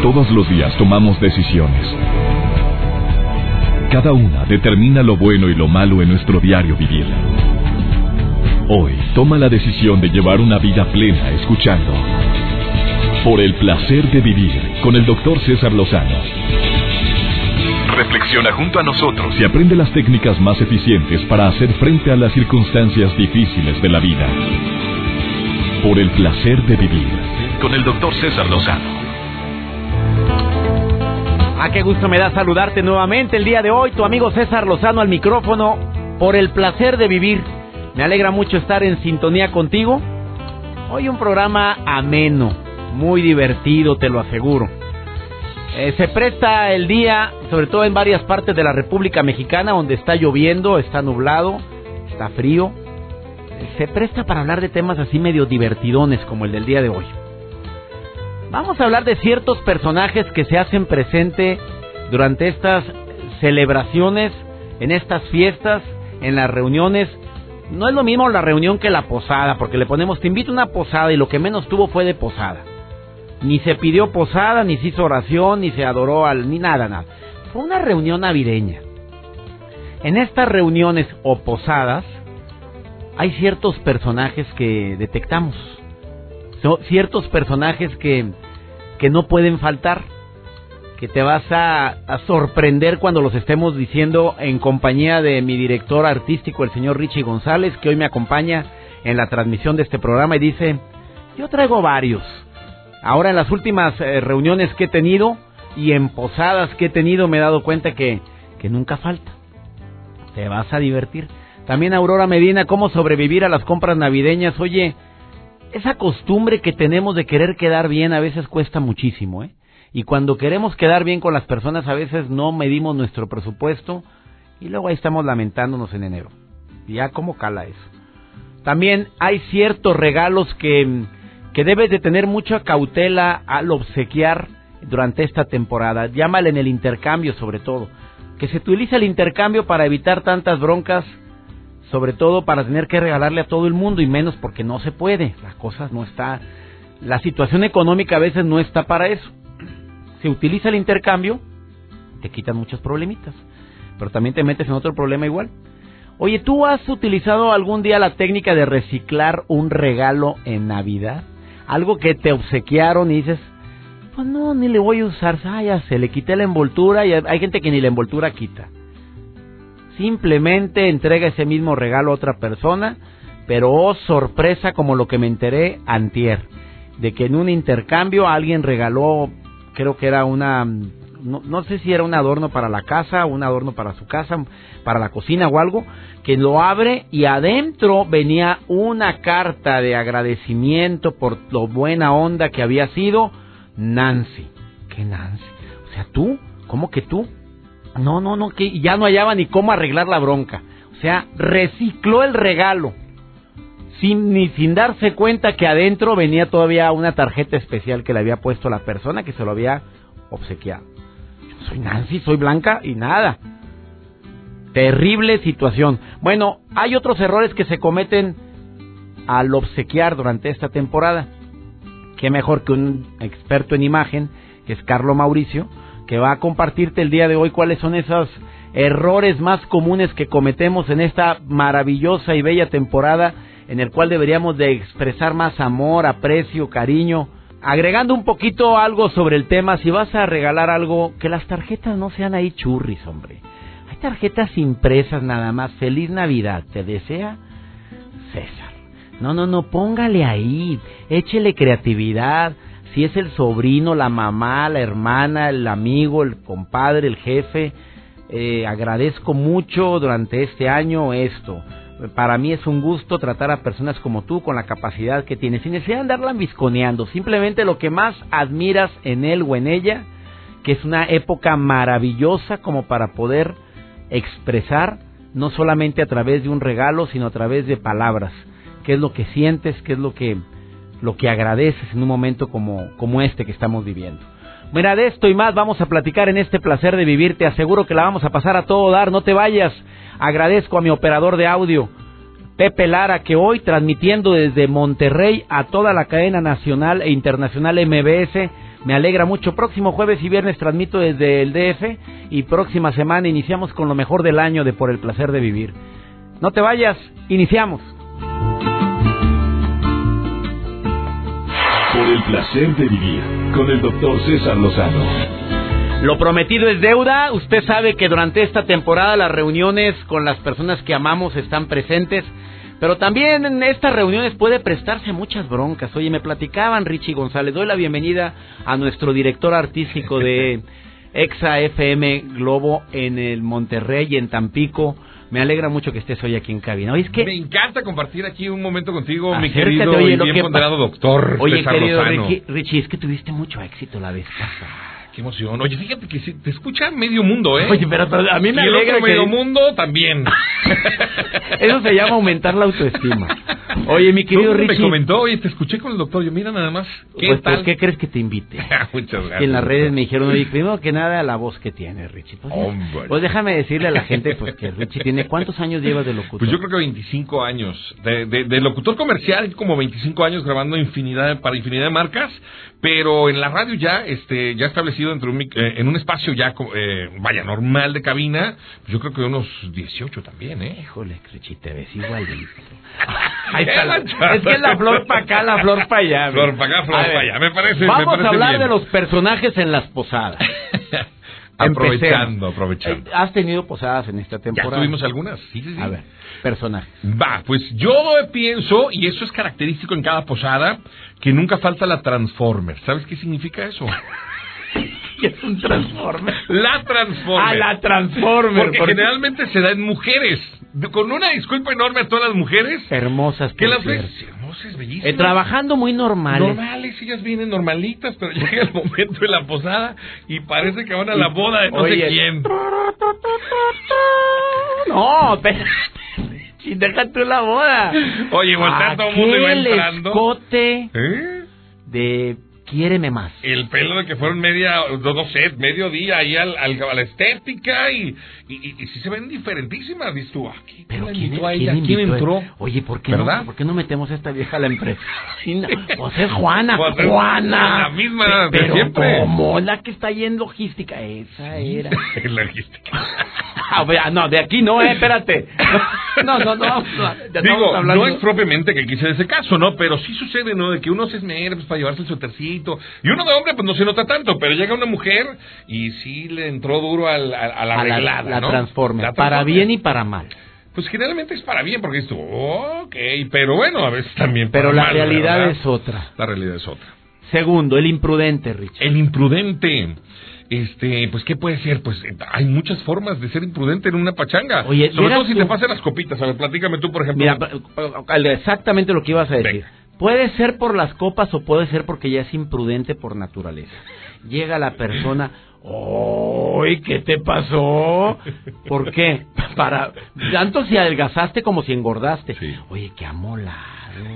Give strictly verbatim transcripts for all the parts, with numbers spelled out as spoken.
Todos los días tomamos decisiones. Cada una determina lo bueno y lo malo en nuestro diario vivir. Hoy toma la decisión de llevar una vida plena escuchando Por el placer de vivir con el doctor César Lozano. Reflexiona junto a nosotros y aprende las técnicas más eficientes para hacer frente a las circunstancias difíciles de la vida. Por el placer de vivir con el doctor César Lozano. Ah, qué gusto me da saludarte nuevamente el día de hoy, tu amigo César Lozano al micrófono, por el placer de vivir. Me alegra mucho estar en sintonía contigo. Hoy un programa ameno, muy divertido, te lo aseguro. Eh, se presta el día, sobre todo en varias partes de la República Mexicana, donde está lloviendo, está nublado, está frío. Eh, se presta para hablar de temas así medio divertidones como el del día de hoy. Vamos a hablar de ciertos personajes que se hacen presente durante estas celebraciones, en estas fiestas, en las reuniones. No es lo mismo la reunión que la posada, porque le ponemos, te invito a una posada, y lo que menos tuvo fue de posada. Ni se pidió posada, ni se hizo oración, ni se adoró, al, ni nada, nada. Fue una reunión navideña. En estas reuniones o posadas, hay ciertos personajes que detectamos. Ciertos personajes que, que no pueden faltar, que te vas a, a sorprender cuando los estemos diciendo en compañía de mi director artístico, el señor Richie González, que hoy me acompaña en la transmisión de este programa y dice, yo traigo varios. Ahora en las últimas eh, reuniones que he tenido y en posadas que he tenido me he dado cuenta que, que nunca falta. Te vas a divertir. También Aurora Medina, cómo sobrevivir a las compras navideñas. Oye, esa costumbre que tenemos de querer quedar bien a veces cuesta muchísimo, ¿eh? Y cuando queremos quedar bien con las personas a veces no medimos nuestro presupuesto y luego ahí estamos lamentándonos en enero. Y ya cómo cala eso. También hay ciertos regalos que, que debes de tener mucha cautela al obsequiar durante esta temporada. Llámale en el intercambio sobre todo. Que se utilice el intercambio para evitar tantas broncas, sobre todo para tener que regalarle a todo el mundo y menos porque no se puede, las cosas no está, la situación económica a veces no está para eso. Se utiliza el intercambio, te quitan muchos problemitas, pero también te metes en otro problema igual. Oye, ¿tú has utilizado algún día la técnica de reciclar un regalo en Navidad? Algo que te obsequiaron y dices, pues no, ni le voy a usar, ah, ya se le quité la envoltura y hay gente que ni la envoltura quita. Simplemente entrega ese mismo regalo a otra persona, pero oh sorpresa, como lo que me enteré antier, de que en un intercambio alguien regaló, creo que era una, no, no sé si era un adorno para la casa, un adorno para su casa, para la cocina o algo, que lo abre y adentro venía una carta de agradecimiento por lo buena onda que había sido Nancy. ¿Qué Nancy? O sea, ¿tú? ¿Cómo que tú? No, no, no, que ya no hallaba ni cómo arreglar la bronca. O sea, recicló el regalo sin ni sin darse cuenta que adentro venía todavía una tarjeta especial que le había puesto la persona que se lo había obsequiado. Yo soy Nancy, soy Blanca y nada. Terrible situación. Bueno, hay otros errores que se cometen al obsequiar durante esta temporada. Qué mejor que un experto en imagen, que es Carlo Mauricio, que va a compartirte el día de hoy cuáles son esos errores más comunes que cometemos en esta maravillosa y bella temporada, en el cual deberíamos de expresar más amor, aprecio, cariño. Agregando un poquito algo sobre el tema, si vas a regalar algo, que las tarjetas no sean ahí churris, hombre. Hay tarjetas impresas nada más. Feliz Navidad, te desea César. No, no, no, póngale ahí, échele creatividad. Si es el sobrino, la mamá, la hermana, el amigo, el compadre, el jefe, eh, agradezco mucho durante este año esto. Para mí es un gusto tratar a personas como tú con la capacidad que tienes, sin necesidad de andarla visconeando, simplemente lo que más admiras en él o en ella, que es una época maravillosa como para poder expresar, no solamente a través de un regalo, sino a través de palabras, qué es lo que sientes, qué es lo que... lo que agradeces en un momento como, como este que estamos viviendo. Mira, de esto y más vamos a platicar en este placer de vivir. Te aseguro que la vamos a pasar a todo dar, no te vayas. Agradezco a mi operador de audio, Pepe Lara, que hoy transmitiendo desde Monterrey a toda la cadena nacional e internacional M B S, Me alegra mucho. Próximo jueves y viernes transmito desde el D F y próxima semana iniciamos con lo mejor del año de Por el Placer de Vivir. No te vayas, iniciamos. Por el Placer de Vivir con el doctor César Lozano. Lo prometido es deuda. Usted sabe que durante esta temporada las reuniones con las personas que amamos están presentes, pero también en estas reuniones puede prestarse muchas broncas. Oye, me platicaban Richie González. Doy la bienvenida a nuestro director artístico de Exa F M Globo en el Monterrey y en Tampico. Me alegra mucho que estés hoy aquí en cabina. Oye, es que me encanta compartir aquí un momento contigo, acércate, mi querido oye, y lo bien que ponderado pa... doctor Oye, César querido Lozano. Richie, Richie, es que tuviste mucho éxito la vez pasada. Qué emoción. Oye, fíjate que si te escucha medio mundo, ¿eh? Oye, pero, pero a mí me y alegra el otro que... medio mundo también. Eso se llama aumentar la autoestima. Oye, mi querido Richie... me comentó, oye, te escuché con el doctor. Yo, mira nada más. ¿Qué pues, tal? ¿por qué crees que te invite? Muchas gracias. Que en las redes me dijeron, oye, primero que nada, la voz que tiene Richie. Pues, Hombre. pues déjame decirle a la gente pues que Richie tiene... ¿Cuántos años llevas de locutor? Pues yo creo que veinticinco años. De, de, de locutor comercial, como veinticinco años grabando infinidad para infinidad de marcas, pero en la radio ya este ya establecido entre un, eh, en un espacio ya, eh, vaya, normal de cabina, pues yo creo que unos dieciocho también, ¿eh? Híjole, Richie, te ves igualito. Ahí está la, es que es la flor para acá, la flor para allá. Flor para acá, flor para allá. Me parece, vamos me parece a hablar bien. de los personajes en las posadas. Aprovechando, aprovechando. Eh, ¿Has tenido posadas en esta temporada? Ya tuvimos algunas, sí, sí, sí. A ver, personajes. Va, pues yo pienso, y eso es característico en cada posada, que nunca falta la Transformer. ¿Sabes qué significa eso? ¿Qué es un Transformer? La Transformer. Ah, la Transformer. Porque, porque generalmente se da en mujeres. Con una disculpa enorme a todas las mujeres. Hermosas. Que las ves hermosas, bellísimas. Eh, trabajando muy normales. Normales, ellas vienen normalitas, pero llega el momento de la posada y parece que van a la boda de no Oye, sé quién. No, pero... Si deja tú la boda. Oye, voltea todo el mundo y va entrando. Escote ¿Eh? de Quiéreme Más. El pelo de que fueron media, no, no sé, medio día ahí al, al, a la estética y, y, y, y sí se ven diferentísimas, dices tú. ¿Quién, pero ¿quién, ¿quién, invitó a ¿quién, ella? ¿Quién entró? Oye, ¿por qué, ¿verdad? no, ¿por qué no metemos a esta vieja a la empresa? Sí, no, pues es Juana, Pues es Juana. la misma de pero siempre. ¿cómo? La que está ahí en logística, esa era. En logística. Ah, no, de aquí no, eh, espérate. No, no, no. no Digo, hablando... no es propiamente que quise ese caso, ¿no? Pero sí sucede, ¿no? De que uno se esmera pues, para llevarse el suétercito. Y uno de hombre, pues no se nota tanto, pero llega una mujer y sí le entró duro al, a, a la a arreglada, la, la ¿no? Transformer, La para Transformer. bien y para mal. Pues generalmente es para bien, porque dices tú, oh, ok, pero bueno, a veces también para Pero la mal, realidad ¿verdad? es otra. La realidad es otra. Segundo, el imprudente, Richard. El imprudente. Este, pues, ¿qué puede ser? Pues, hay muchas formas de ser imprudente en una pachanga. Oye, sobre todo si tú... te pasan las copitas. A ver, platícame tú, por ejemplo. Mira, exactamente lo que ibas a decir. Venga. Puede ser por las copas o puede ser porque ya es imprudente por naturaleza. Llega la persona, ¡ay, qué te pasó! ¿Por qué? Para tanto si adelgazaste como si engordaste. Sí. Oye, qué amolado.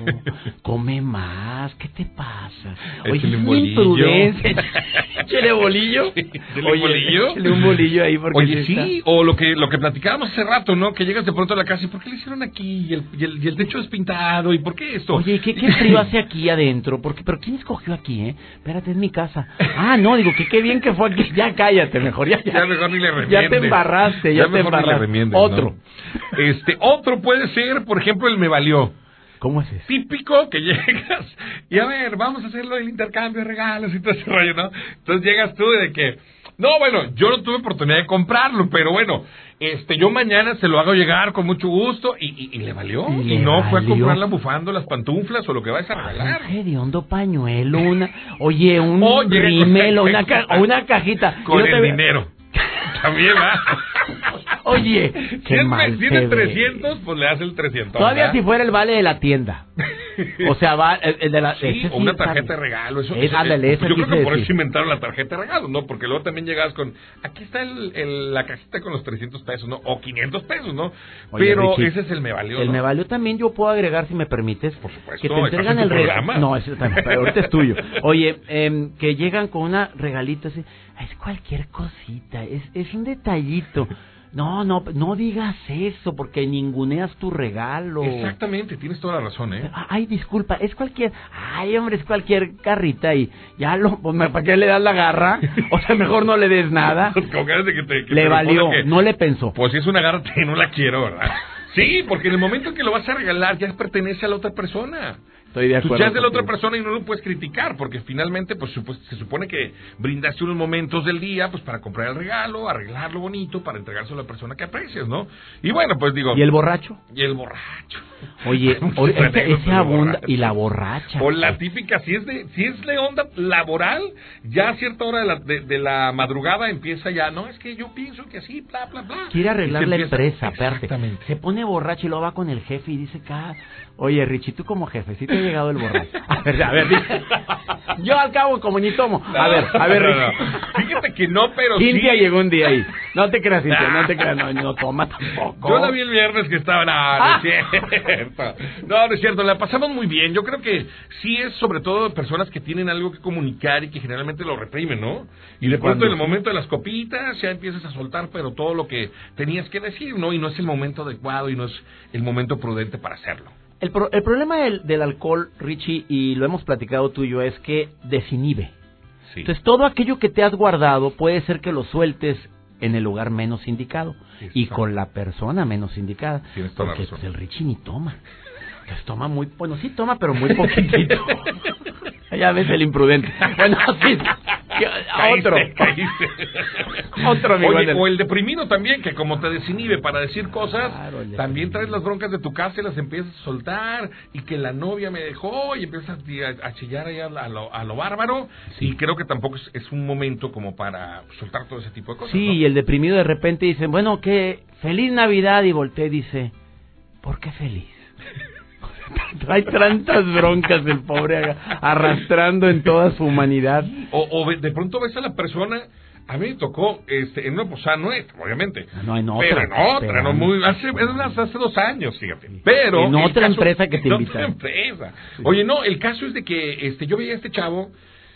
Come más, ¿qué te pasa? Oye, Échale es un una bolillo. imprudencia. Échale bolillo. Sí, échale Oye, un bolillo. échale un bolillo ahí porque Oye, sí, sí, está... o lo que lo que platicábamos hace rato, ¿no? Que llegas de pronto a la casa y ¿por qué le hicieron aquí? Y el, y el, y el techo despintado, ¿y por qué esto? Oye, ¿qué, qué frío hace aquí adentro? Porque, ¿pero quién escogió aquí, eh? Espérate, es mi casa. Ah, no, digo, que qué bien que fue aquí. Ya cállate, mejor, ya, ya. Ya mejor ni le remiendes. Ya te embarraste, ya, ya te mejor ni le embarraste. remiendes, Otro. ¿no? Este, otro puede ser, por ejemplo, el me valió. ¿Cómo es eso? Típico que llegas y a ver, vamos a hacerlo el intercambio de regalos y todo ese rollo, ¿no? Entonces llegas tú de que, no, bueno, yo no tuve oportunidad de comprarlo, pero bueno, este, yo mañana se lo hago llegar con mucho gusto y, y, y le valió. Y, Y le no fue a valió. comprar la bufanda, las pantuflas o lo que vayas a regalar. Un hediondo pañuelo, una... Oye, un Oye, rímel o con- una, ca- o una cajita. Con Y no el te ve- dinero. También va. Oye, Si qué es, mal si se es ve. trescientos, pues le das el trescientos. Todavía ¿verdad? si fuera el vale de la tienda. O sea, va el, el de la... Sí, ese o una está tarjeta de bien. regalo. Eso, Es, eso- ándale, eh, eso yo creo quise que por decir. eso inventaron la tarjeta de regalo, ¿no? Porque luego también llegabas con, aquí está el, el- la cajita con los trescientos pesos, ¿no? O quinientos pesos, ¿no? Oye, Pero Richie, ese es el me valió, El ¿no? me valió también yo puedo agregar, si me permites. Por supuesto, que te estás entregan en el tu regalo. programa. No, ese también, pero ahorita es tuyo. Oye, eh, que llegan con una regalita así. Es cualquier cosita, es, es un detallito. No, no, no digas eso porque ninguneas tu regalo. Exactamente, tienes toda la razón, ¿eh? Ay, disculpa, es cualquier... Ay, hombre, es cualquier carrita y ya lo... Pues, ¿para qué le das la garra? O sea, mejor no le des nada. Con ganas de que te, que le te valió, que, no le pensó. Pues si es una garra, no la quiero, ¿verdad? Sí, porque en el momento en que lo vas a regalar ya pertenece a la otra persona. Estoy de acuerdo. Tú ya es de la otra persona y no lo puedes criticar, porque finalmente pues se supone que brindaste unos momentos del día pues para comprar el regalo, arreglarlo bonito, para entregárselo a la persona que aprecias, ¿no? Y bueno, pues digo... ¿Y el borracho? Y el borracho. Oye, o, ese, ese abunda... Y la borracha. O la típica, si es de si es de onda laboral, ya a cierta hora de la, de, de la madrugada empieza ya, no, es que yo pienso que así, bla, bla, bla. Quiere arreglar la empieza, empresa, exactamente. Se pone borracho y luego va con el jefe y dice, ah, oye, Richie, tú como jefe, ¿sí te ha llegado el borracho? A ver, a ver, yo al cabo como ni tomo. A ver, a ver, Richie. No, no. Fíjate que no, pero Cintia sí. llegó un día ahí. No te creas, Cintia, no te creas, no, no toma tampoco. Yo la vi el viernes que estaba, no, no es cierto. No, no es cierto, la pasamos muy bien. Yo creo que sí es sobre todo personas que tienen algo que comunicar y que generalmente lo reprimen, ¿no? Y de pronto en el momento de las copitas ya empiezas a soltar, pero todo lo que tenías que decir, ¿no? Y no es el momento adecuado y no es el momento prudente para hacerlo. El, pro, el problema del, del alcohol, Richie, y lo hemos platicado tú y yo, es que desinhibe. Sí. Entonces, todo aquello que te has guardado puede ser que lo sueltes en el lugar menos indicado sí, y con la persona menos indicada. Tienes toda porque la razón. Pues, el Richie ni toma. Pues toma muy... Bueno, sí toma, pero muy poquitito. Ya ves el imprudente. Bueno, sí. Caíste, Otro. Caíste. Otro, amigo. Oye, o el deprimido también, que como te desinhibe para decir cosas, claro, también traes las broncas de tu casa y las empiezas a soltar, y que la novia me dejó, y empiezas a, a chillar ahí a, a, lo, a lo bárbaro, sí. Y creo que tampoco es, es un momento como para soltar todo ese tipo de cosas. Sí, ¿no? Y el deprimido de repente dice, bueno, que feliz Navidad, y voltea y dice, ¿por qué feliz? Trae tantas broncas el pobre arrastrando en toda su humanidad. O, o de pronto ves a la persona, a mí me tocó este, en una posada, no es, obviamente. No, en otra. Pero en otra, pero... no muy, hace, hace dos años, fíjate. Pero en otra caso, empresa que te en invitan. otra empresa. Sí. Oye, no, el caso es de que este, yo veía a este chavo,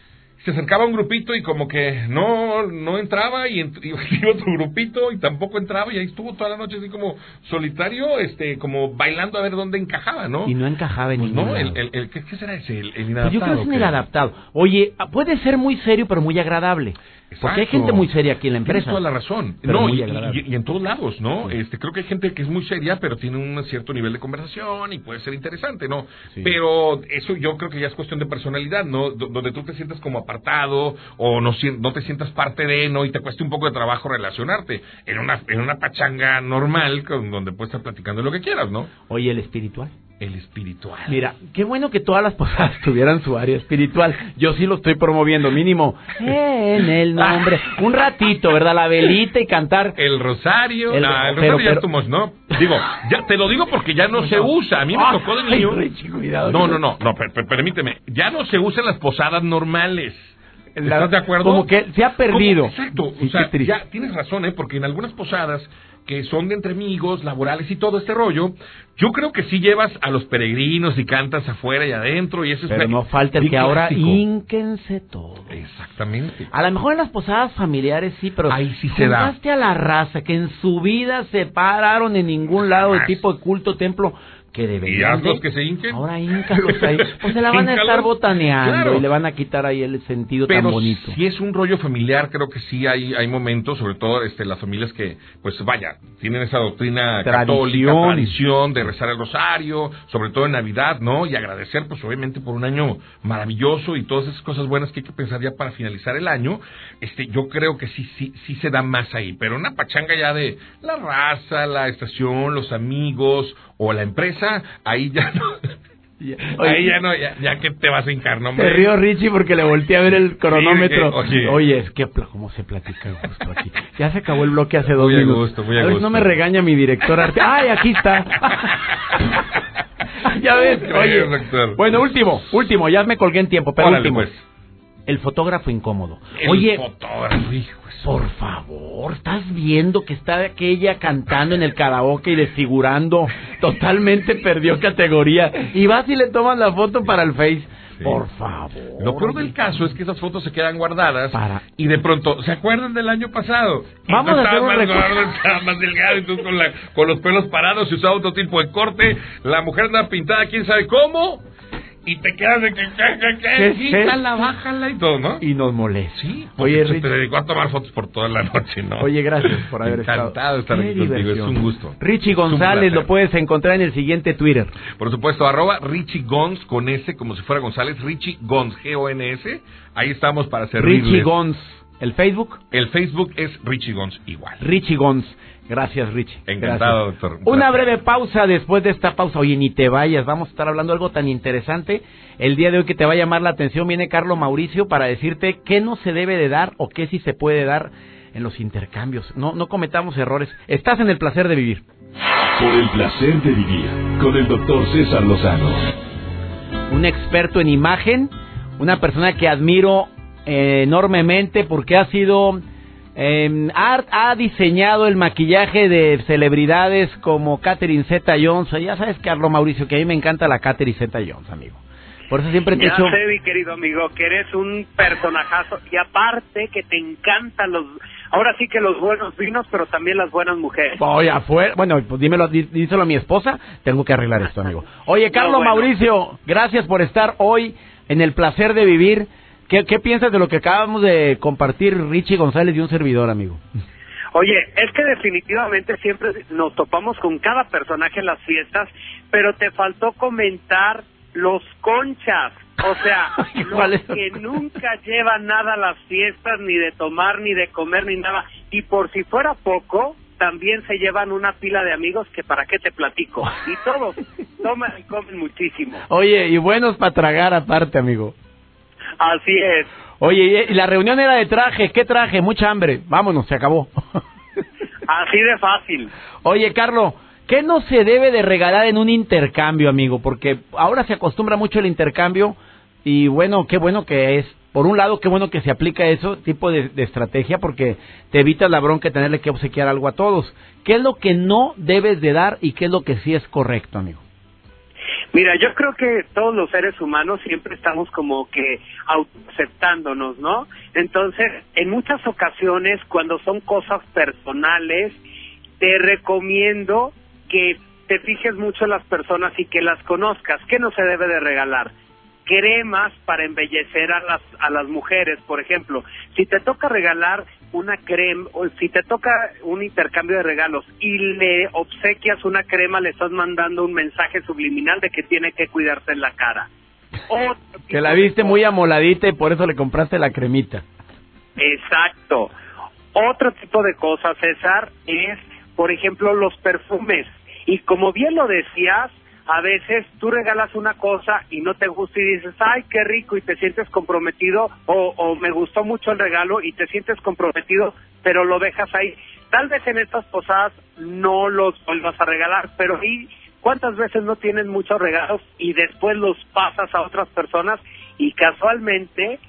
se acercaba a un grupito y como que no no entraba y, ent y iba otro grupito y tampoco entraba y ahí estuvo toda la noche así como solitario, este como bailando a ver dónde encajaba, ¿no? Y no encajaba en pues ningún no, lado. el, el, el, ¿qué, ¿qué será ese? El, el inadaptado. Pues yo creo que es un inadaptado. Oye, puede ser muy serio pero muy agradable. Exacto. Porque hay gente muy seria aquí en la empresa. Tienes toda la razón. Pero no, muy y, agradable. y, y en todos lados, ¿no? Sí. Este, creo que hay gente que es muy seria, pero tiene un cierto nivel de conversación y puede ser interesante, ¿no? Sí. Pero eso yo creo que ya es cuestión de personalidad, ¿no? D donde tú te sientas como apartado o no, no te sientas parte de, ¿no? Y te cueste un poco de trabajo relacionarte. En una, en una pachanga normal, con, donde puedes estar platicando lo que quieras, ¿no? Oye, el espiritual. El espiritual. Mira, qué bueno que todas las posadas tuvieran su área espiritual. Yo sí lo estoy promoviendo, mínimo. En el nombre. Un ratito, ¿verdad? La velita y cantar. El rosario. El, nah, el pero, rosario pero, ya tomos, ¿no? Digo, ya te lo digo porque ya no, no se usa. A mí me oh, tocó de niño. Ay, Richie, cuidado. No, no, no, no, per, per, permíteme. Ya no se usan las posadas normales. ¿Estás la, de acuerdo? Como que se ha perdido. Como, exacto. Sí, o sea, ya tienes razón, ¿eh? Porque en algunas posadas que son de entre amigos, laborales y todo este rollo, yo creo que sí llevas a los peregrinos y cantas afuera y adentro y eso es... Pero no falta el que clásico. Ahora ínquense todo. Exactamente. A lo mejor en las posadas familiares sí, pero ahí sí se da. Juntaste a la raza que en su vida se pararon en ningún lado de tipo de culto, templo... que deberían y hazlos de... que se hinquen. Ahora híncalos ahí. Pues se la van a estar botaneando, claro. Y le van a quitar ahí el sentido pero tan bonito. Si es un rollo familiar, creo que sí hay hay momentos, sobre todo este las familias que, pues vaya, tienen esa doctrina tradición. católica, tradición de rezar el rosario, sobre todo en Navidad, ¿no? Y agradecer, pues obviamente, por un año maravilloso y todas esas cosas buenas que hay que pensar ya para finalizar el año. Este, yo creo que sí, sí, sí se da más ahí. Pero una pachanga ya de la raza, la estación, los amigos o la empresa, ahí ya no, ya, oye, ahí ya no, ya, ya que te vas a hincar, ¿no? Se rió Richie porque le volteé a ver el cronómetro. Sí, oye. oye, es que cómo se platica justo aquí. Ya se acabó el bloque hace dos muy minutos. A gusto, muy a, a ver, gusto. No me regaña mi director arte. ¡Ay, aquí está! Ya ves, oye. Bueno, último, último, ya me colgué en tiempo, pero Órale, último. Pues. El fotógrafo incómodo. El Oye, fotógrafo, hijo. Por favor, estás viendo que está aquella cantando en el karaoke y desfigurando, totalmente perdió categoría. Y vas y le tomas la foto para el Face. Sí. Por favor. Lo peor del caso es que esas fotos se quedan guardadas Para... y de pronto, ¿se acuerdan del año pasado? Vamos a hacer un más recuerdo. gordo, estaba más delgado y tú con, la, con los pelos parados y usaba otro tipo de corte. La mujer anda pintada, quién sabe cómo. Y te quedas de que, que, que, que quítala, bájala y todo, ¿no? Y nos molesta. Sí, oye, se Rich... te dedicó a tomar fotos por toda la noche, ¿no? Oye, gracias por haber Encantado estado. de estar aquí contigo, es un gusto. Richie González lo puedes encontrar en el siguiente Twitter. Por supuesto, arroba Richie Gons con S, como si fuera González, Richie Gons, G O N S. Ahí estamos para servirles. Richie Gons. ¿El Facebook? El Facebook es Richie Gons igual. Richie Gons. Gracias, Richie. Encantado, Gracias. doctor. Una Gracias. breve pausa después de esta pausa. Oye, ni te vayas, vamos a estar hablando de algo tan interesante. El día de hoy que te va a llamar la atención viene Carlos Mauricio para decirte qué no se debe de dar o qué sí se puede dar en los intercambios. No, no cometamos errores. Estás en el placer de vivir. Por el placer de vivir con el doctor César Lozano. Un experto en imagen, una persona que admiro eh, enormemente porque ha sido... Eh, ha, ha diseñado el maquillaje de celebridades como Catherine Zeta-Jones. Ya sabes, Carlos Mauricio, que a mí me encanta la Catherine Zeta-Jones, amigo. Por eso siempre te he Ya hecho... sé, mi querido amigo, que eres un personajazo. Y aparte que te encantan los... Ahora sí que los buenos vinos, pero también las buenas mujeres. Oye, afuera... Bueno, pues dímelo, dí- díselo a mi esposa. Tengo que arreglar esto, amigo. Oye, Carlos No, bueno. Mauricio, gracias por estar hoy en el placer de vivir. ¿Qué, ¿Qué piensas de lo que acabamos de compartir Richie González y un servidor, amigo? Oye, es que definitivamente siempre nos topamos con cada personaje en las fiestas, pero te faltó comentar los conchas. O sea, ¿Cuál los es? que nunca llevan nada a las fiestas, ni de tomar, ni de comer, ni nada. Y por si fuera poco, también se llevan una pila de amigos que para qué te platico. Y todos toman y comen muchísimo. Oye, y buenos para tragar aparte, amigo. Así es. Oye, y la reunión era de traje. ¿Qué traje? Mucha hambre. Vámonos, se acabó. Así de fácil. Oye, Carlos, ¿qué no se debe de regalar en un intercambio, amigo? Porque ahora se acostumbra mucho el intercambio y bueno, qué bueno que es. Por un lado, qué bueno que se aplica eso, tipo de, de estrategia, porque te evitas la bronca de tenerle que obsequiar algo a todos. ¿Qué es lo que no debes de dar y qué es lo que sí es correcto, amigo? Mira, yo creo que todos los seres humanos siempre estamos como que aceptándonos, ¿no? Entonces, en muchas ocasiones, cuando son cosas personales, te recomiendo que te fijes mucho en las personas y que las conozcas. ¿Qué no se debe de regalar? Cremas para embellecer a las a las mujeres, por ejemplo. Si te toca regalar una crema, o si te toca un intercambio de regalos y le obsequias una crema, le estás mandando un mensaje subliminal de que tiene que cuidarse en la cara. Que la viste muy amoladita y por eso le compraste la cremita. Exacto. Otro tipo de cosas, César, es, por ejemplo, los perfumes. Y como bien lo decías, a veces tú regalas una cosa y no te gusta y dices, ay, qué rico, y te sientes comprometido, o, o me gustó mucho el regalo y te sientes comprometido, pero lo dejas ahí. Tal vez en estas posadas no los vuelvas a regalar, pero ¿y cuántas veces no tienes muchos regalos y después los pasas a otras personas y casualmente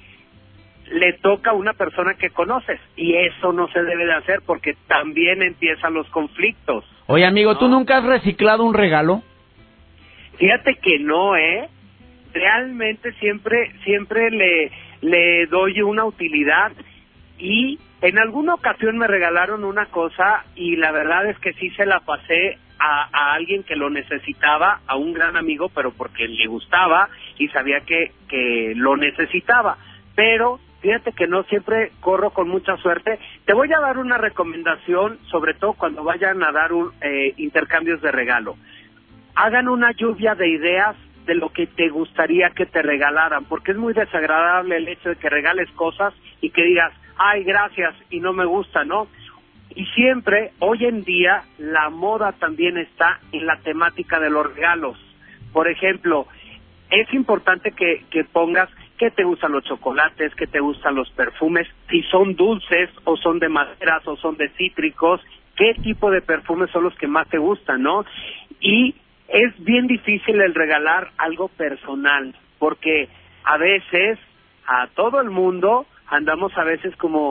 le toca a una persona que conoces? Y eso no se debe de hacer porque también empiezan los conflictos. Oye, amigo, ¿no? ¿tú nunca has reciclado un regalo? Fíjate que no, ¿eh? Realmente siempre siempre le, le doy una utilidad y en alguna ocasión me regalaron una cosa y la verdad es que sí se la pasé a, a alguien que lo necesitaba, a un gran amigo, pero porque le gustaba y sabía que, que lo necesitaba. Pero fíjate que no siempre corro con mucha suerte. Te voy a dar una recomendación, sobre todo cuando vayan a dar un, eh, intercambios de regalo. Hagan una lluvia de ideas de lo que te gustaría que te regalaran, porque es muy desagradable el hecho de que regales cosas y que digas, ay, gracias, y no me gusta, ¿no? Y siempre, hoy en día, la moda también está en la temática de los regalos. Por ejemplo, es importante que, que pongas qué te gustan los chocolates, qué te gustan los perfumes, si son dulces o son de maderas o son de cítricos, qué tipo de perfumes son los que más te gustan, ¿no? Y es bien difícil el regalar algo personal, porque a veces a todo el mundo andamos a veces como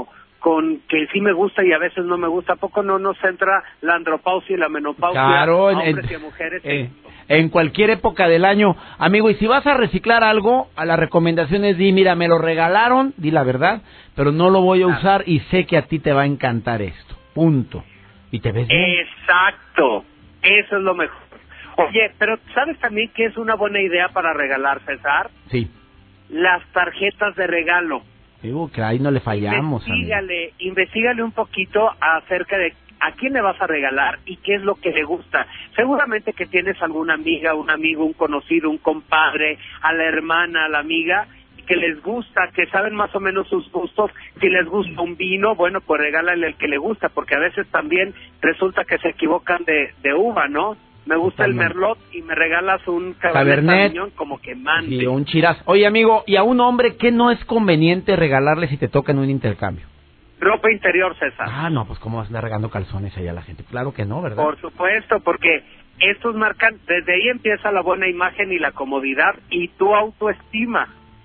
con que sí me gusta y a veces no me gusta. ¿A poco no nos entra la andropausia y la menopausia claro, a en, hombres en, y a mujeres? Eh, en cualquier época del año. Amigo, y si vas a reciclar algo, a las recomendaciones di, mira, me lo regalaron, di la verdad, pero no lo voy a claro. usar y sé que a ti te va a encantar esto. Punto. ¿Y te ves bien? Exacto. Eso es lo mejor. Oye, pero ¿sabes también que es una buena idea para regalar, César? Sí. Las tarjetas de regalo. Digo que ahí no le fallamos. Investígale, investígale un poquito acerca de a quién le vas a regalar y qué es lo que le gusta. Seguramente que tienes alguna amiga, un amigo, un conocido, un compadre, a la hermana, a la amiga, que les gusta, que saben más o menos sus gustos. Si les gusta un vino, bueno, pues regálale el que le gusta, porque a veces también resulta que se equivocan de, de uva, ¿no? Me gusta el Merlot y me regalas un Cabernet Sauvignon como que mande. Sí, un Shiraz. Oye, amigo, ¿y a un hombre qué no es conveniente regalarle si te toca en un intercambio? Ropa interior, César. Ah, no, pues ¿cómo vas a andar regalando calzones ahí a la gente? Claro que no, ¿verdad? Por supuesto, porque estos marcan, desde ahí empieza la buena imagen y la comodidad y tu autoestima.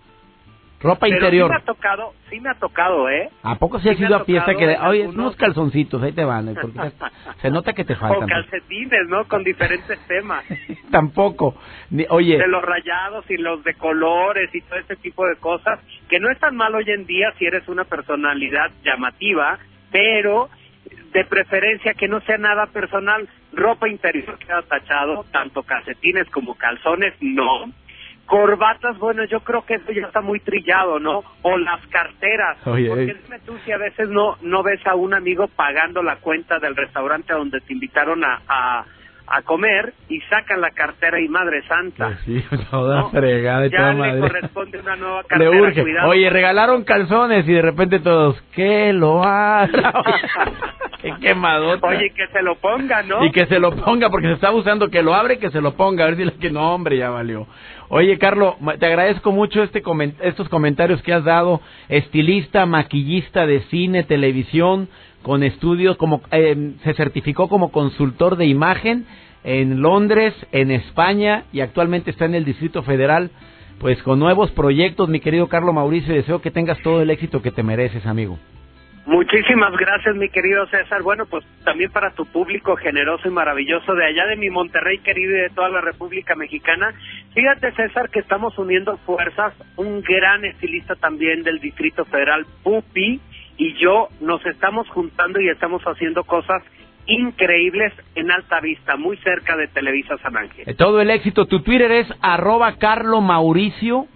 Ropa Pero interior. sí me ha tocado, sí me ha tocado, ¿eh? ¿A poco sí has sí ido a fiesta que de, oye, algunos... unos calzoncitos, ahí te van? Porque se nota que te faltan. O calcetines, ¿no? Con diferentes temas. Tampoco. Ni, oye. De los rayados y los de colores y todo ese tipo de cosas, que no es tan mal hoy en día si eres una personalidad llamativa, pero de preferencia que no sea nada personal. Ropa interior queda tachado, tanto calcetines como calzones, no. Corbatas, bueno, yo creo que eso ya está muy trillado, ¿no? O las carteras. Oye, porque eh. dime tú si a veces no no ves a un amigo pagando la cuenta del restaurante a donde te invitaron a, a, a comer y sacan la cartera y madre santa. Pues sí, toda ¿no? fregada de ya toda le madre. corresponde una nueva cartera. Le urge. Cuidado. Oye, regalaron calzones y de repente todos, que lo haga. Qué quemadota. Oye, que se lo ponga, ¿no? Y que se lo ponga, porque se está buscando que lo abre, que se lo ponga. A ver si le que no, hombre, ya valió. Oye, Carlos, te agradezco mucho este coment- estos comentarios que has dado. Estilista, maquillista de cine, televisión, con estudios, como eh, se certificó como consultor de imagen en Londres, en España, y actualmente está en el Distrito Federal, pues con nuevos proyectos. Mi querido Carlos Mauricio, deseo que tengas todo el éxito que te mereces, amigo. Muchísimas gracias, mi querido César. Bueno, pues también para tu público generoso y maravilloso de allá de mi Monterrey querido y de toda la República Mexicana. Fíjate, César, que estamos uniendo fuerzas. Un gran estilista también del Distrito Federal, Pupi, y yo nos estamos juntando y estamos haciendo cosas increíbles en Alta Vista, muy cerca de Televisa San Ángel. Todo el éxito. Tu Twitter es arroba Carlo Mauricio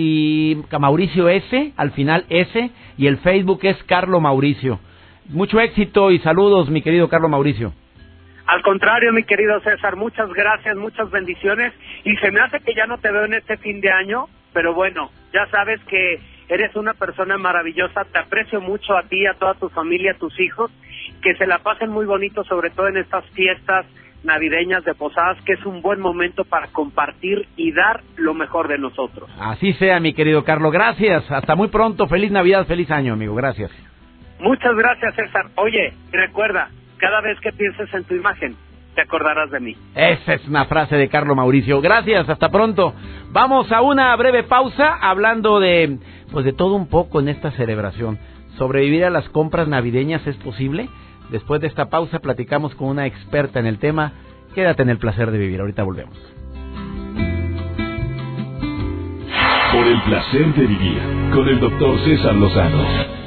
y Mauricio S, al final S, y el Facebook es Carlo Mauricio. Mucho éxito y saludos, mi querido Carlo Mauricio. Al contrario, mi querido César, muchas gracias, muchas bendiciones, y se me hace que ya no te veo en este fin de año, pero bueno, ya sabes que eres una persona maravillosa, te aprecio mucho a ti, a toda tu familia, a tus hijos, que se la pasen muy bonito, sobre todo en estas fiestas navideñas de posadas, que es un buen momento para compartir y dar lo mejor de nosotros. Así sea, mi querido Carlos, gracias, hasta muy pronto, feliz Navidad, feliz año, amigo, gracias. Muchas gracias, César. Oye, recuerda, cada vez que pienses en tu imagen, te acordarás de mí. Esa es una frase de Carlos Mauricio. Gracias, hasta pronto. Vamos a una breve pausa hablando de, pues de todo un poco en esta celebración. ¿Sobrevivir a las compras navideñas es posible? Después de esta pausa platicamos con una experta en el tema. Quédate en el placer de vivir. Ahorita volvemos. Por el placer de vivir con el doctor César Lozano.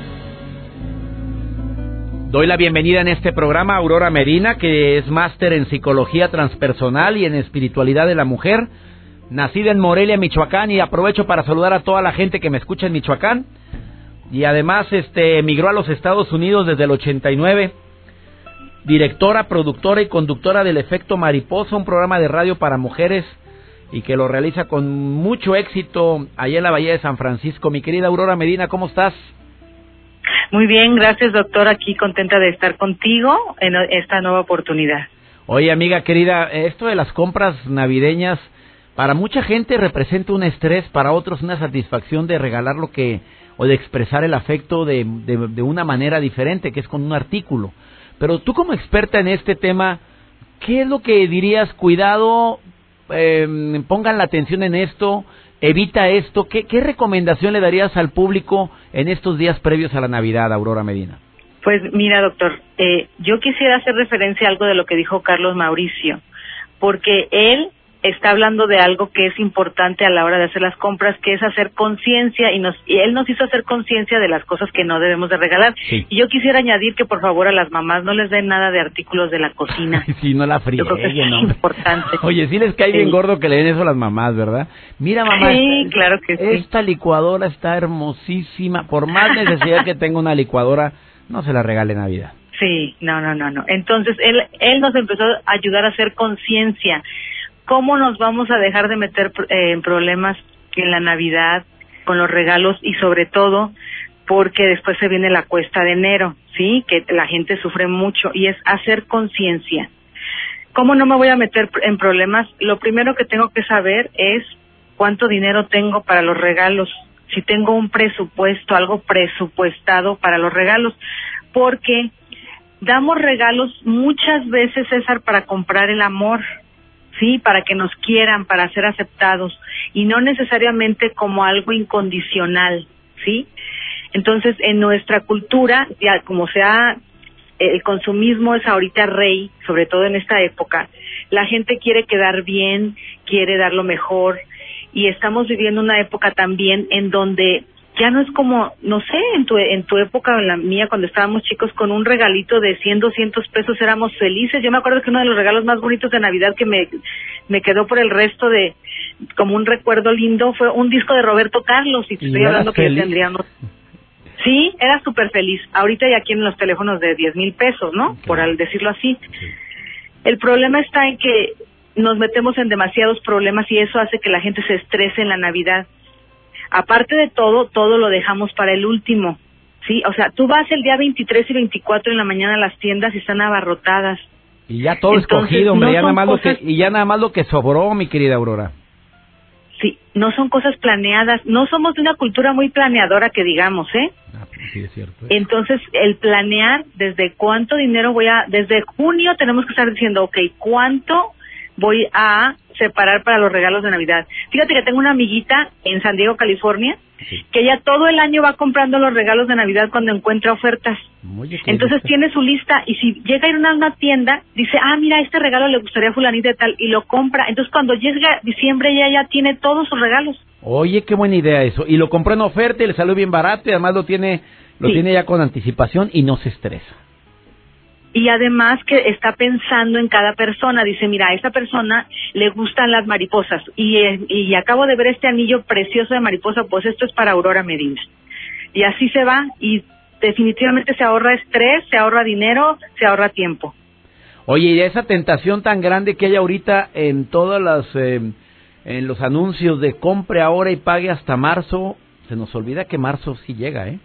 Doy la bienvenida en este programa a Aurora Medina, que es máster en psicología transpersonal y en espiritualidad de la mujer, nacida en Morelia, Michoacán, y aprovecho para saludar a toda la gente que me escucha en Michoacán, y además este emigró a los Estados Unidos desde el ochenta y nueve, directora, productora y conductora del Efecto Mariposa, un programa de radio para mujeres, y que lo realiza con mucho éxito allá en la Bahía de San Francisco. Mi querida Aurora Medina, ¿cómo estás? Muy bien, gracias, doctor. Aquí contenta de estar contigo en esta nueva oportunidad. Oye, amiga querida, esto de las compras navideñas, para mucha gente representa un estrés, para otros una satisfacción de regalar lo que, o de expresar el afecto de, de, de una manera diferente, que es con un artículo. Pero tú como experta en este tema, ¿qué es lo que dirías? Cuidado, eh, pongan la atención en esto, evita esto. ¿Qué, ¿Qué recomendación le darías al público en estos días previos a la Navidad, Aurora Medina? Pues mira, doctor, eh, yo quisiera hacer referencia a algo de lo que dijo Carlos Mauricio, porque él está hablando de algo que es importante a la hora de hacer las compras, que es hacer conciencia, y nos y él nos hizo hacer conciencia de las cosas que no debemos de regalar. Sí. Y yo quisiera añadir que por favor a las mamás no les den nada de artículos de la cocina. Sí, no la fríen. Yo creo que es no. importante. Oye, sí les cae sí. bien gordo que le den eso a las mamás, ¿verdad? Mira, mamá, sí, esta, claro que sí. Esta licuadora está hermosísima. Por más necesidad que tenga una licuadora, no se la regale en Navidad. Sí, no, no, no, no. Entonces él él nos empezó a ayudar a hacer conciencia. ¿Cómo nos vamos a dejar de meter eh, en problemas en la Navidad con los regalos y sobre todo porque después se viene la cuesta de enero, ¿sí? Que la gente sufre mucho y es hacer conciencia. ¿Cómo no me voy a meter en problemas? Lo primero que tengo que saber es cuánto dinero tengo para los regalos, si tengo un presupuesto, algo presupuestado para los regalos, porque damos regalos muchas veces, César, para comprar el amor. Sí, para que nos quieran, para ser aceptados, y no necesariamente como algo incondicional, ¿sí? Entonces, en nuestra cultura, ya como sea, el consumismo es ahorita rey, sobre todo en esta época, la gente quiere quedar bien, quiere dar lo mejor, y estamos viviendo una época también en donde ya no es como, no sé, en tu en tu época o en la mía, cuando estábamos chicos, con un regalito de cien, doscientos pesos éramos felices. Yo me acuerdo que uno de los regalos más bonitos de Navidad que me me quedó por el resto de, como un recuerdo lindo, fue un disco de Roberto Carlos, y te estoy hablando que ya tendríamos... Sí, era súper feliz. Ahorita ya aquí en los teléfonos de diez mil pesos, ¿no? Okay. Por al decirlo así. Okay. El problema está en que nos metemos en demasiados problemas y eso hace que la gente se estrese en la Navidad. Aparte de todo, todo lo dejamos para el último, ¿sí? O sea, tú vas el día veintitrés y veinticuatro en la mañana a las tiendas y están abarrotadas. Y ya todo Entonces, escogido, hombre, no ya nada más cosas... lo que, y ya nada más lo que sobró, mi querida Aurora. Sí, no son cosas planeadas, no somos de una cultura muy planeadora que digamos, ¿eh? Ah, sí, es cierto. ¿eh? Entonces, el planear desde cuánto dinero voy a... Desde junio tenemos que estar diciendo, ok, ¿cuánto voy a separar para los regalos de Navidad? Fíjate que tengo una amiguita en San Diego, California, sí. que ella todo el año va comprando los regalos de Navidad cuando encuentra ofertas. Entonces lista. Tiene su lista y si llega a ir a una tienda, dice, ah, mira, este regalo le gustaría a fulanita de tal, y lo compra. Entonces cuando llega diciembre ella ya tiene todos sus regalos. Oye, qué buena idea eso. Y lo compró en oferta y le salió bien barato y además lo tiene, lo sí. tiene ya con anticipación y no se estresa. Y además que está pensando en cada persona, dice, mira, a esta persona le gustan las mariposas y, y acabo de ver este anillo precioso de mariposa, pues esto es para Aurora Medina. Y así se va y definitivamente se ahorra estrés, se ahorra dinero, se ahorra tiempo. Oye, y esa tentación tan grande que hay ahorita en todas las, eh, en los anuncios de compre ahora y pague hasta marzo, se nos olvida que marzo sí llega, ¿eh?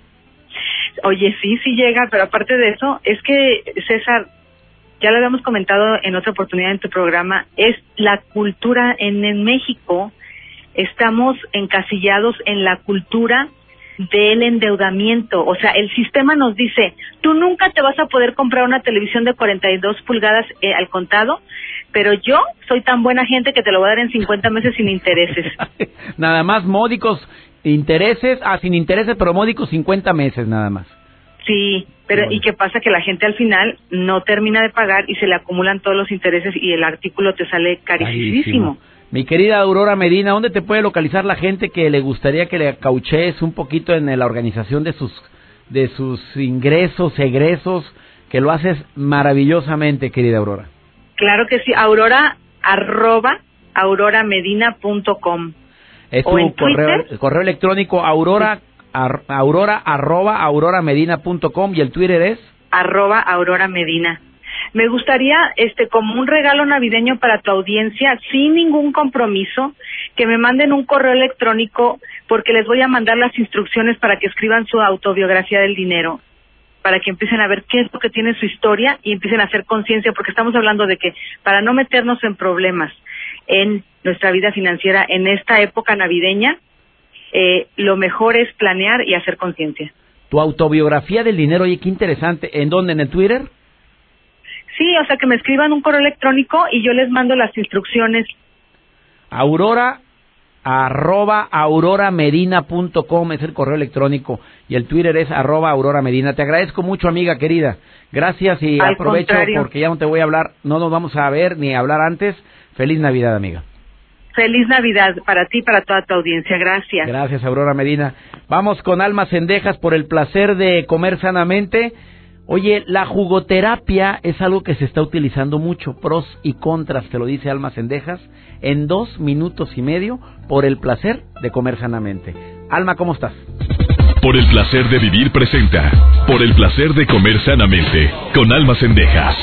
Oye, sí, sí llega, pero aparte de eso, es que, César, ya lo habíamos comentado en otra oportunidad en tu programa, es la cultura en, en México, estamos encasillados en la cultura del endeudamiento. O sea, el sistema nos dice, tú nunca te vas a poder comprar una televisión de cuarenta y dos pulgadas eh, al contado, pero yo soy tan buena gente que te lo voy a dar en cincuenta meses sin intereses. Nada más módicos intereses, ah, sin intereses, pero módicos cincuenta meses nada más. Sí, pero bueno. ¿Y qué pasa? Que la gente al final no termina de pagar y se le acumulan todos los intereses y el artículo te sale carísimo. Mi querida Aurora Medina, ¿dónde te puede localizar la gente que le gustaría que le acauchees un poquito en la organización de sus de sus ingresos, egresos, que lo haces maravillosamente, querida Aurora? Claro que sí, Aurora, arroba, auroramedina punto com. Es tu correo, correo electrónico aurora, ar, aurora, arroba, auroramedina punto com, y el Twitter es arroba Aurora Medina. Me gustaría, este, como un regalo navideño para tu audiencia, sin ningún compromiso, que me manden un correo electrónico, porque les voy a mandar las instrucciones para que escriban su autobiografía del dinero, para que empiecen a ver qué es lo que tiene su historia y empiecen a hacer conciencia, porque estamos hablando de que para no meternos en problemas en nuestra vida financiera en esta época navideña, eh, lo mejor es planear y hacer conciencia. Tu autobiografía del dinero, oye, qué interesante. ¿En dónde? ¿En el Twitter? Sí, o sea, que me escriban un correo electrónico y yo les mando las instrucciones. Aurora, arroba auroramedina punto com es el correo electrónico y el Twitter es arroba auroramedina. Te agradezco mucho, amiga querida. Gracias y Al aprovecho contrario. porque ya no te voy a hablar, no nos vamos a ver ni a hablar antes. Feliz Navidad, amiga. Feliz Navidad para ti y para toda tu audiencia. Gracias. Gracias, Aurora Medina. Vamos con Alma Cendejas por el placer de comer sanamente. Oye, la jugoterapia es algo que se está utilizando mucho, pros y contras, te lo dice Alma Cendejas, en dos minutos y medio por el placer de comer sanamente. Alma, ¿cómo estás? Por el placer de vivir presenta, por el placer de comer sanamente, con Alma Cendejas.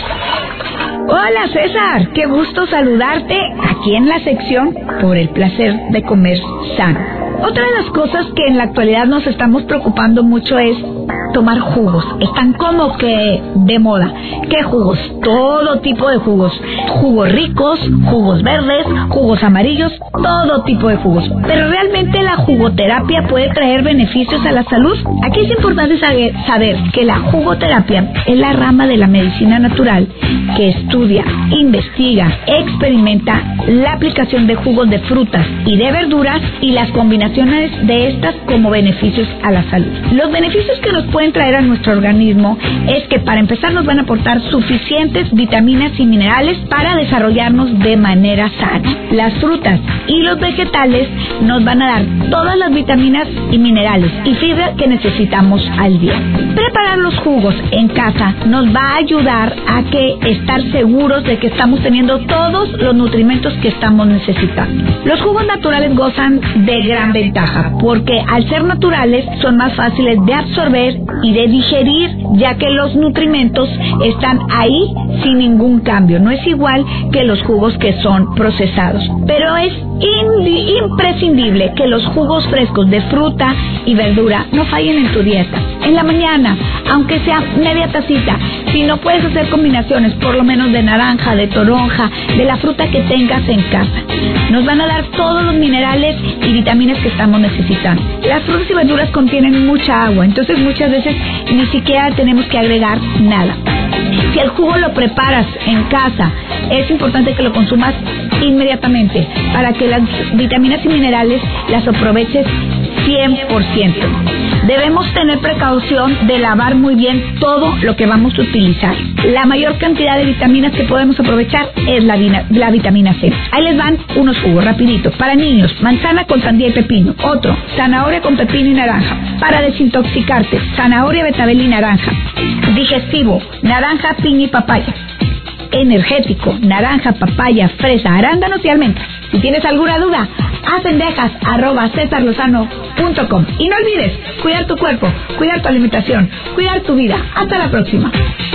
Hola César, qué gusto saludarte aquí en la sección por el placer de comer sano. Otra de las cosas que en la actualidad nos estamos preocupando mucho es tomar jugos. Están como que de moda. ¿Qué jugos? Todo tipo de jugos. Jugos ricos, jugos verdes, jugos amarillos, todo tipo de jugos. Pero realmente la jugoterapia puede traer beneficios a la salud. Aquí es importante saber, saber que la jugoterapia es la rama de la medicina natural que estudia, investiga, experimenta la aplicación de jugos de frutas y de verduras y las combinaciones de estas como beneficios a la salud. Los beneficios que nos pueden traer a nuestro organismo es que para empezar nos van a aportar suficientes vitaminas y minerales para desarrollarnos de manera sana. Las frutas y los vegetales nos van a dar todas las vitaminas y minerales y fibra que necesitamos al día. Preparar los jugos en casa nos va a ayudar a que estar seguros de que estamos teniendo todos los nutrimentos que estamos necesitando. Los jugos naturales gozan de gran ventaja porque al ser naturales son más fáciles de absorber y de digerir, ya que los nutrimentos están ahí sin ningún cambio. No es igual que los jugos que son procesados, pero es indi- imprescindible que los jugos frescos de fruta y verdura no fallen en tu dieta. En la mañana, aunque sea media tacita, si no puedes hacer combinaciones, por lo menos de naranja, de toronja, de la fruta que tengas en casa. Nos van a dar todos los minerales y vitaminas que estamos necesitando. Las frutas y verduras contienen mucha agua, entonces muchas veces ni siquiera tenemos que agregar nada. Si el jugo lo preparas en casa, es importante que lo consumas inmediatamente para que las vitaminas y minerales las aproveches cien por ciento. Debemos tener precaución de lavar muy bien todo lo que vamos a utilizar. La mayor cantidad de vitaminas que podemos aprovechar es la, vina, la vitamina C. Ahí les van unos jugos rapiditos. Para niños, manzana con sandía y pepino. Otro, zanahoria con pepino y naranja. Para desintoxicarte, zanahoria, betabel y naranja. Digestivo, naranja, piña y papaya. Energético, naranja, papaya, fresa, arándanos y almendras. Si tienes alguna duda, a cendejas arroba cesar lozano punto com. Y no olvides cuidar tu cuerpo, cuidar tu alimentación, cuidar tu vida. Hasta la próxima.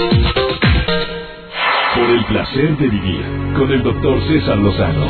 Por el placer de vivir, con el doctor César Lozano.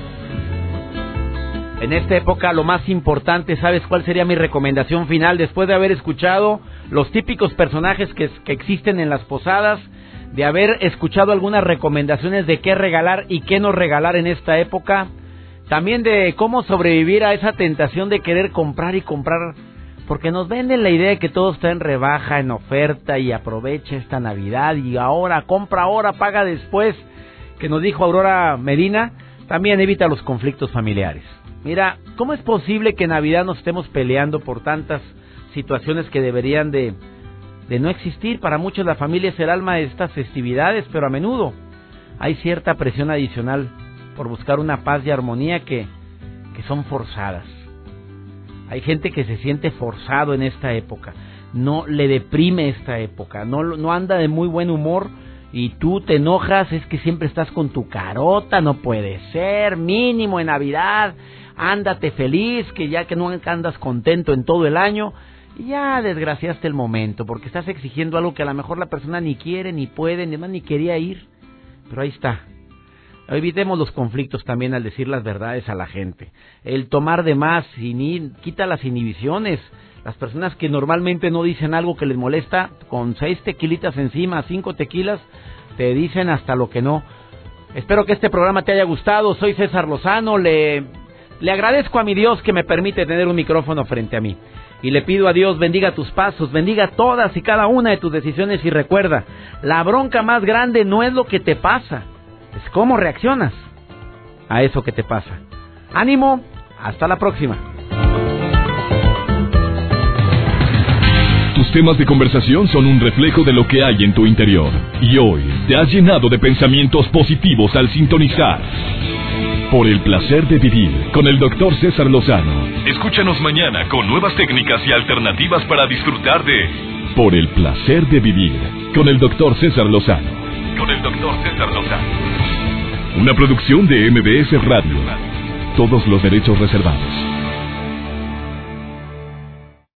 En esta época lo más importante, ¿sabes cuál sería mi recomendación final? Después de haber escuchado los típicos personajes que, que existen en las posadas, de haber escuchado algunas recomendaciones de qué regalar y qué no regalar en esta época, también de cómo sobrevivir a esa tentación de querer comprar y comprar, porque nos venden la idea de que todo está en rebaja, en oferta, y aprovecha esta Navidad, y ahora, compra ahora, paga después, que nos dijo Aurora Medina. También evita los conflictos familiares. Mira, ¿cómo es posible que en Navidad nos estemos peleando por tantas situaciones que deberían de... de no existir? Para muchos la familia es el alma de estas festividades, pero a menudo hay cierta presión adicional por buscar una paz y armonía que, que son forzadas. Hay gente que se siente forzado en esta época, no le deprime esta época, no, no anda de muy buen humor y tú te enojas, es que siempre estás con tu carota, no puede ser, mínimo en Navidad, ándate feliz, que ya que no andas contento en todo el año. Y ya desgraciaste el momento, porque estás exigiendo algo que a lo mejor la persona ni quiere, ni puede, ni más ni quería ir. Pero ahí está. Evitemos los conflictos también al decir las verdades a la gente. El tomar de más, inhi- quita las inhibiciones. Las personas que normalmente no dicen algo que les molesta, con seis tequilitas encima, cinco tequilas, te dicen hasta lo que no. Espero que este programa te haya gustado. Soy César Lozano. Le, le agradezco a mi Dios que me permite tener un micrófono frente a mí. Y le pido a Dios bendiga tus pasos, bendiga todas y cada una de tus decisiones. Y recuerda, la bronca más grande no es lo que te pasa, es cómo reaccionas a eso que te pasa. Ánimo, Hasta la próxima. Tus temas de conversación son un reflejo de lo que hay en tu interior. Y hoy te has llenado de pensamientos positivos al sintonizar Por el placer de vivir con el doctor César Lozano. Escúchanos mañana con nuevas técnicas y alternativas para disfrutar de Por el placer de vivir con el doctor César Lozano. Con el doctor César Lozano. Una producción de M B S Radio. Todos los derechos reservados.